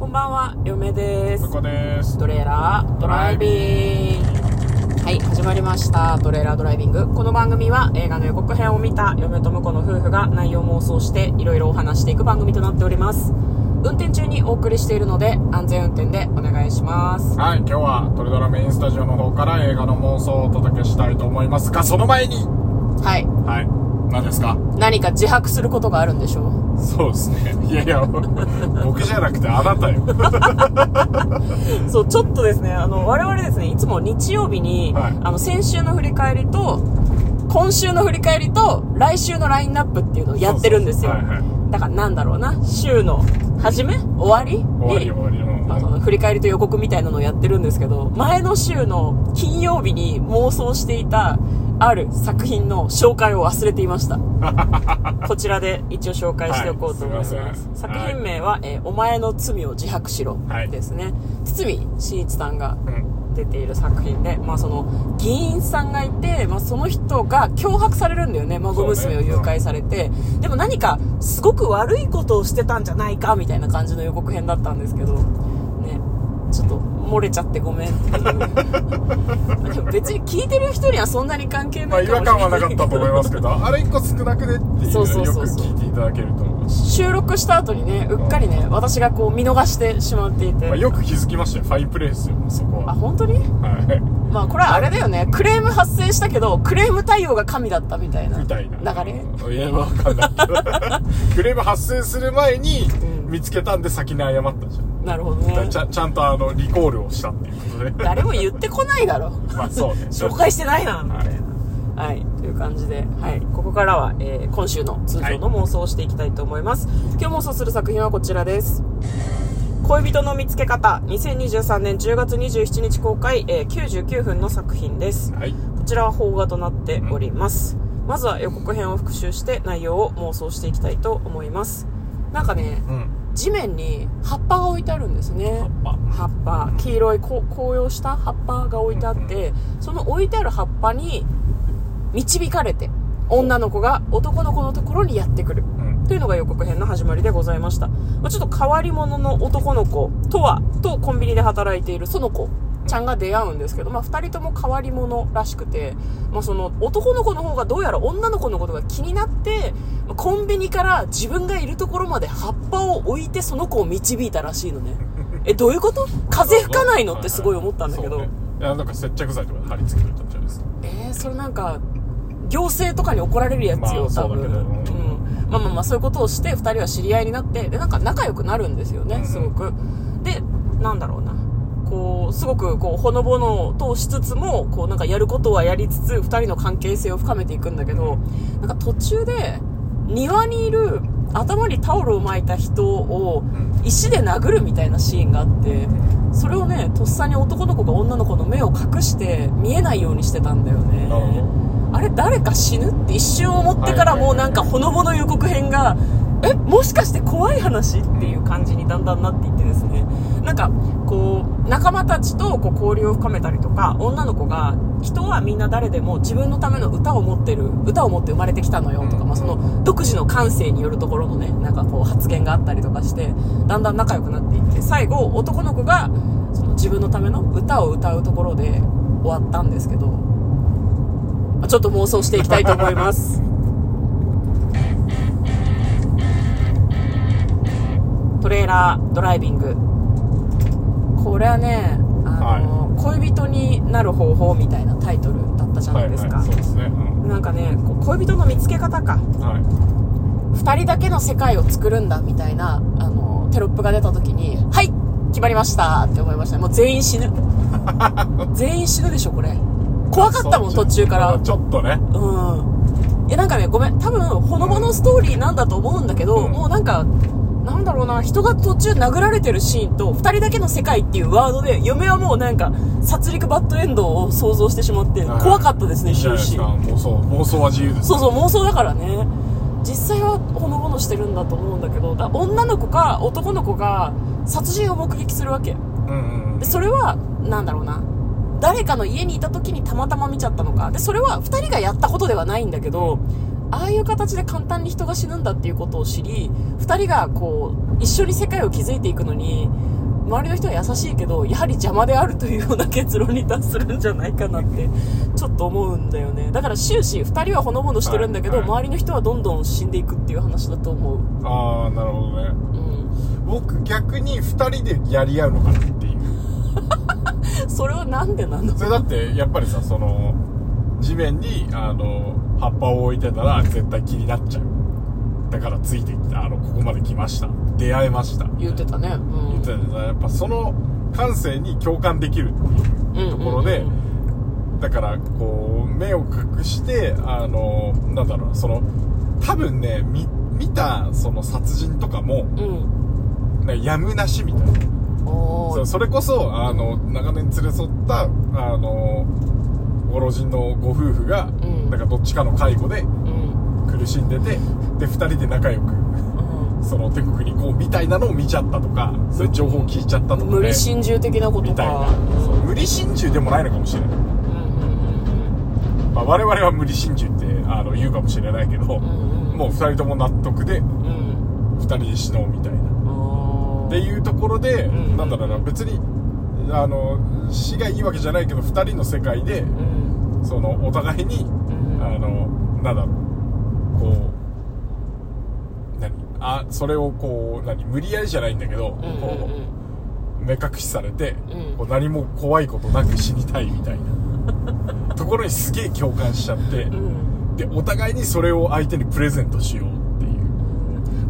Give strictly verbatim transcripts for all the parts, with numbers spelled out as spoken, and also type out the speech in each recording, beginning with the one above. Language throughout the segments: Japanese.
こんばんは、嫁です。 向こうです。 トレーラードライビング。はい、始まりましたトレーラードライビング。この番組は映画の予告編を見た嫁と婿の夫婦が内容妄想していろいろお話していく番組となっております。運転中にお送りしているので安全運転でお願いします。 はい、今日はトレドラメインスタジオの方から映画の妄想をお届けしたいと思いますが、その前にはいはい何ですか？ 何か自白することがあるんでしょう？ そうですね。いやいや僕じゃなくてあなたよそう、ちょっとですね、あの我々ですね、いつも日曜日に、はい、あの先週の振り返りと今週の振り返りと来週のラインナップっていうのをやってるんですよ。 そうそう、はいはい、 だからなんだろうな、週の初め終わりに終わり終わりの、 まあ、その振り返りと予告みたいなのをやってるんですけど、前の週の金曜日に妄想していたある作品の紹介を忘れていましたこちらで一応紹介しておこうと思います、はい、す作品名は、はい、えー、お前の罪を自白しろですね、はい、堤真一さんが出ている作品で、まあ、その議員さんがいて、まあ、その人が脅迫されるんだよね、孫娘を誘拐されて、ね、うん、でも何かすごく悪いことをしてたんじゃないかみたいな感じの予告編だったんですけどね、ちょっと漏れちゃってごめんっていうでも別に聞いてる人にはそんなに関係ないかもしれない、 まあ、違和感はなかったと思いますけどあれ一個少なくねっていうのをよく聞いていただけると思う。 収録した後にね、うっかりね、うん、私がこう見逃してしまっていて、 まあ、よく気づきましたよ。ファインプレーですよ、そこは。 あ、本当に？はい。まあこれはあれだよね、クレーム発生したけどクレーム対応が神だったみたいなみたいな流れ。 いや、わかんないけどクレーム発生する前に見つけたんで先に謝ったじゃん。 なるほどね。 ちゃ, ちゃんとあのリコールをしたっていうことで誰も言ってこないだろまあそうね紹介してないなみたいな、はい、はい、という感じで、はい、ここからは、えー、今週の通常の妄想をしていきたいと思います、はい、今日妄想する作品はこちらです。恋人の見つけ方、にせんにじゅうさんねんじゅうがつにじゅうしちにち公開、えー、きゅうじゅうきゅうふんの作品です、はい、こちらは邦画となっております、うん、まずは予告編を復習して内容を妄想していきたいと思います。なんかね、うん、地面に葉っぱが置いてあるんですね。 葉っぱ、 葉っぱ、黄色い紅葉した葉っぱが置いてあって、うん、その置いてある葉っぱに導かれて女の子が男の子のところにやってくる、うん、というのが予告編の始まりでございました。まあ、ちょっと変わり者の男の子とはとコンビニで働いているその子ちゃんが出会うんですけど、まあ、ふたりとも変わり者らしくて、まあ、その男の子の方がどうやら女の子のことが気になってコンビニから自分がいるところまで葉っぱを置いてその子を導いたらしいのねえ、どういうこと？風吹かないのってすごい思ったんだけど、 ね、いや、なんか接着剤とかで貼り付けといたんじゃないですか。 えー、それなんか行政とかに怒られるやつよ、多分、うん、まあまあまあそういうことをしてふたりは知り合いになって、でなんか仲良くなるんですよね、すごく。で、なんだろうな、こうすごくこうほのぼのとしつつもこうなんかやることはやりつつふたりの関係性を深めていくんだけど、なんか途中で庭にいる頭にタオルを巻いた人を石で殴るみたいなシーンがあって、それをねとっさに男の子が女の子の目を隠して見えないようにしてたんだよね。あれ誰か死ぬって一瞬思ってからもうなんかほのぼの予告編がえもしかして怖い話っていう感じにだんだんなっていってですね、なんかこう仲間たちとこう交流を深めたりとか、女の子が人はみんな誰でも自分のための歌を持ってる歌を持って生まれてきたのよとか、まあ、その独自の感性によるところのねなんかこう発言があったりとかしてだんだん仲良くなっていって、最後男の子がその自分のための歌を歌うところで終わったんですけど、ちょっと妄想していきたいと思いますトレーラードライビング、これはね、あの、はい、恋人になる方法みたいなタイトルだったじゃないですか、 はいはい、そうですね、うん、 なんかね恋人の見つけ方か、はい、ふたりだけの世界を作るんだみたいなあのテロップが出た時にはい決まりましたって思いましたね。もう全員死ぬ全員死ぬでしょこれ。怖かったもん途中からちょっとね、 うん、いやなんかねごめん、多分ほのぼのストーリーなんだと思うんだけど、うん、もうなんかなんだろうな、人が途中殴られてるシーンとふたりだけの世界っていうワードで嫁はもうなんか殺戮バッドエンドを想像してしまって怖かったですね。終始妄想妄想は自由です、ね、 そうそう妄想だからね。実際はほのぼのしてるんだと思うんだけど、だ女の子か男の子が殺人を目撃するわけ、うんうんうん、でそれはなんだろうな、誰かの家にいた時にたまたま見ちゃったのかで、それはふたりがやったことではないんだけど、 ああいう形で簡単に人が死ぬんだっていうことを知り、二人がこう一緒に世界を築いていくのに周りの人は優しいけどやはり邪魔であるというような結論に達するんじゃないかなってちょっと思うんだよね。だから終始二人はほのぼのしてるんだけど、はいはい、周りの人はどんどん死んでいくっていう話だと思う。 ああ、なるほどね、うん、僕逆に二人でやり合うのかなっていうそれはなんでなの？ それだってやっぱりさ、その地面にあの葉っぱを置いてたら絶対気になっちゃう。だからついてきた、あのここまで来ました、出会えました、 言ってたね、うん、 言ってたね。やっぱその感性に共感できるっていうところで、うんうんうん、だからこう目を隠してあのなんだろう、その多分ね 見, 見たその殺人とかも、うん、ね、やむなしみたいな。そ, それこそあの長年連れ添ったあのご老人のご夫婦が、うん、なんかどっちかの介護で苦しんでて、でふたりで仲良く、うん、その天国に行こうみたいなのを見ちゃったとか、そういう情報を聞いちゃったとか、ね、 無理心中的なことかみたいな、 そう無理心中でもないのかもしれない、うんうんうん、まあ、我々は無理心中ってあの言うかもしれないけど、うんうん、もうふたりとも納得で、うん、ふたりで死のうみたいなっていうところで、うんうん、なんだろうな、別にあの死がいいわけじゃないけどふたりの世界で、うん、そのお互いに、うん、あのなんだろう、こう何あそれをこう何無理やりじゃないんだけど、うんうんうん、こう目隠しされて、うん、こう何も怖いことなく死にたいみたいなところにすげえ共感しちゃって、うん、でお互いにそれを相手にプレゼントしようっていう、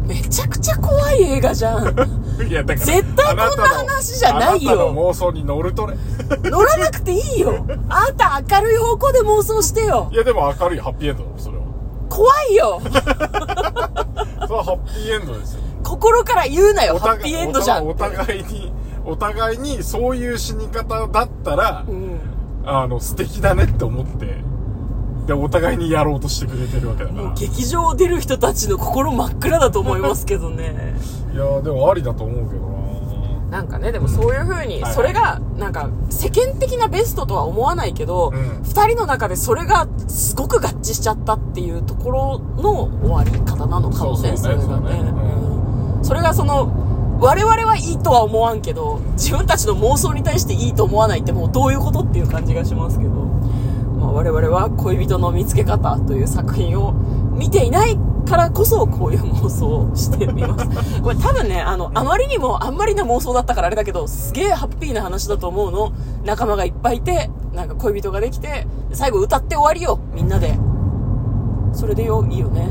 めちゃくちゃ怖い映画じゃんいやだから絶対こんな話じゃないよ。 あなたの妄想に乗るとね乗らなくていいよ。あんた明るい方向で妄想してよ。 いやでも明るいハッピーエンドだろそれは。 怖いよそれはハッピーエンドですよ。 心から言うなよ、ハッピーエンドじゃん。 お互いにお互いにそういう死に方だったら、うん、あの素敵だねって思ってでお互いにやろうとしてくれてるわけだから。 もう劇場を出る人たちの心真っ暗だと思いますけどねいやでもありだと思うけどな。 なんかね、でもそういう風に、うん、それがなんか世間的なベストとは思わないけど、うん、ふたりの中でそれがすごく合致しちゃったっていうところの終わり方なのかもね。それがね、うん、それがその我々はいいとは思わんけど自分たちの妄想に対していいと思わないってもうどういうことっていう感じがしますけど、まあ、我々は恋人の見つけ方という作品を見ていないからこそこういう妄想をしてみますこれ多分ね、あのあまりにもあんまりな妄想だったからあれだけどすげえハッピーな話だと思うの。仲間がいっぱいいてなんか恋人ができて最後歌って終わりよみんなで。それでよいいよね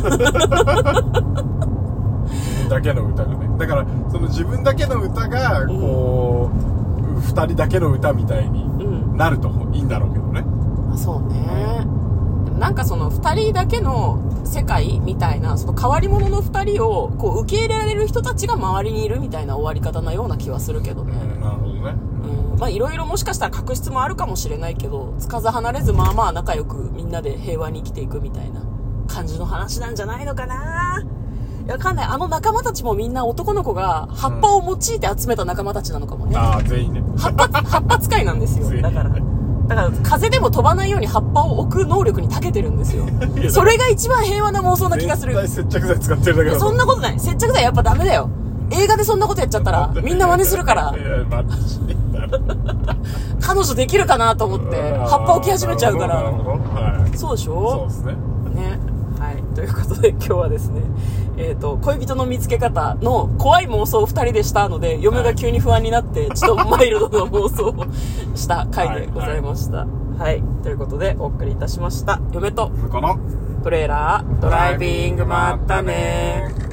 だけの歌がね、だからその自分だけの歌がこう、うん、ふたりだけの歌みたいになるといいんだろうけどね、 うん、そうね。でもなんかそのふたりだけの世界みたいなその変わり者のふたりをこう受け入れられる人たちが周りにいるみたいな終わり方なような気はするけどね、 うん、なるほどね、 うん、まあいろいろもしかしたら確執もあるかもしれないけどつかず離れずまあまあ仲良くみんなで平和に生きていくみたいな感じの話なんじゃないのかな。わかんない。あの仲間たちもみんな男の子が葉っぱを用いて集めた仲間たちなのかもね、うん、 ああ全員ね葉っぱ葉っぱ使いなんですよ。だからだから風でも飛ばないように葉っぱを置く能力に長けてるんですよそれが一番平和な妄想な気がする。 絶対接着剤使ってるだけだ。 そんなことない。接着剤やっぱダメだよ。映画でそんなことやっちゃったらみんな真似するからいやマジで彼女できるかなと思って葉っぱ置き始めちゃうから。 なるほど、はい、 そうでしょ。 そうですね。 ね、はい。ということで今日はですね、えっと、恋人の見つけ方の怖い妄想をふたりでしたので、嫁が急に不安になって、ちょっとマイルドな妄想をした回でございました。はい、はいはい。ということでお送りいたしました。嫁とトレーラードライビングまったねー。